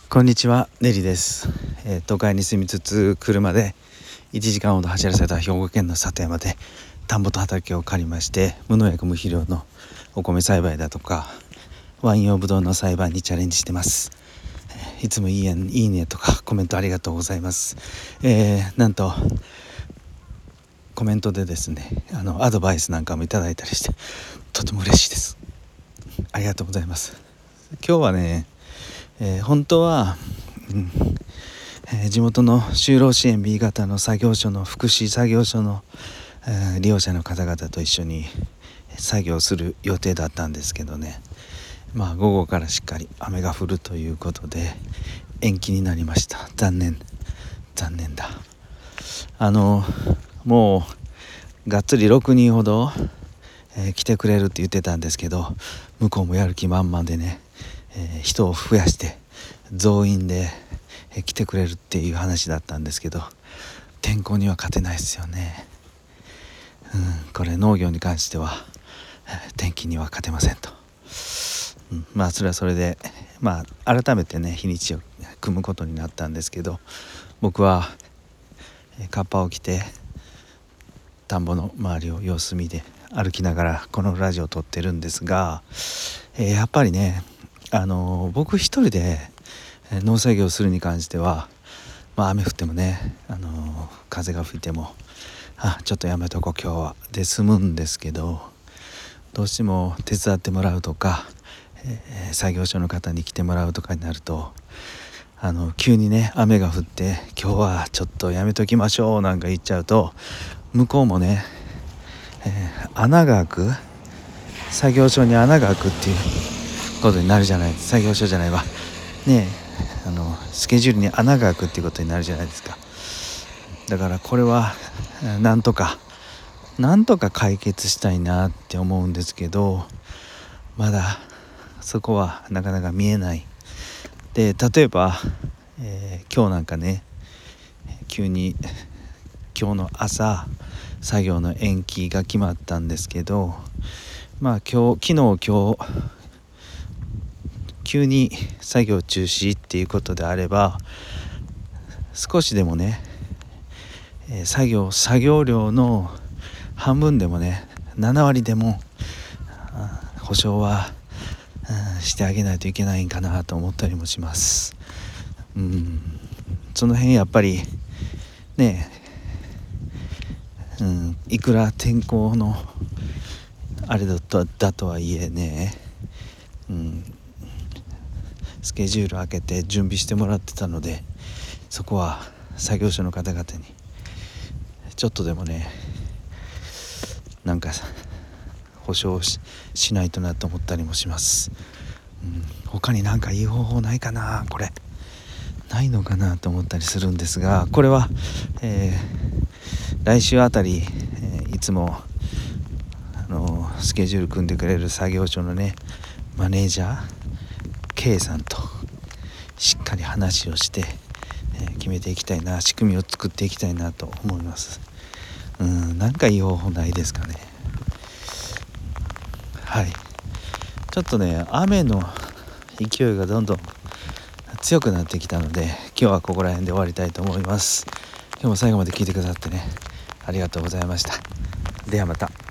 こんにちは、ネリです。都会に住みつつ車で1時間ほど走らせた兵庫県の里山で田んぼと畑を借りまして、無農薬無肥料のお米栽培だとかワイン用ブドウの栽培にチャレンジしてます。いつもいいねとかコメントありがとうございます。なんとコメントでですね、アドバイスなんかもいただいたりしてとても嬉しいです。ありがとうございます。今日はね、本当は、地元の就労支援 B 型の作業所の福祉作業所の、利用者の方々と一緒に作業する予定だったんですけどね、午後からしっかり雨が降るということで延期になりました。残念だ。もうがっつり6人ほど、来てくれるって言ってたんですけど、向こうもやる気満々でね、人を増やして増員で来てくれるっていう話だったんですけど、天候には勝てないですよね。これ農業に関しては天気には勝てませんと。それはそれで改めてね日にちを組むことになったんですけど、僕はカッパを着て田んぼの周りを様子見で歩きながらこのラジオを撮ってるんですが、やっぱりね、僕一人で農作業をするに関しては、雨降ってもね、風が吹いてもちょっとやめとこう今日はで済むんですけど、どうしても手伝ってもらうとか、作業所の方に来てもらうとかになると、急にね雨が降って今日はちょっとやめときましょうなんか言っちゃうと、向こうもね、穴が開く、作業所に穴が開くっていうことになるじゃないですか。作業所じゃないわね、スケジュールに穴が開くっていうことになるじゃないですか。だからこれはなんとか解決したいなって思うんですけど、まだそこはなかなか見えないで、例えば、今日なんかね急に今日の朝作業の延期が決まったんですけど、昨日急に作業中止っていうことであれば、少しでもね、作業量の半分でもね7割でも保証は、してあげないといけないんかなと思ったりもします。その辺やっぱりね、いくら天候のあれだとはいえね、スケジュール開けて準備してもらってたので、そこは作業所の方々にちょっとでもねなんか保証 しないとなと思ったりもします。他になんかいい方法ないかな、これないのかなと思ったりするんですが、これは、来週あたり、いつもスケジュール組んでくれる作業所のねマネージャー K さんとしっかり話をして、決めていきたいな、仕組みを作っていきたいなと思います。なんかいい方法ないですかね。ちょっとね雨の勢いがどんどん強くなってきたので、今日はここら辺で終わりたいと思います。今日も最後まで聞いてくださってねありがとうございました。ではまた。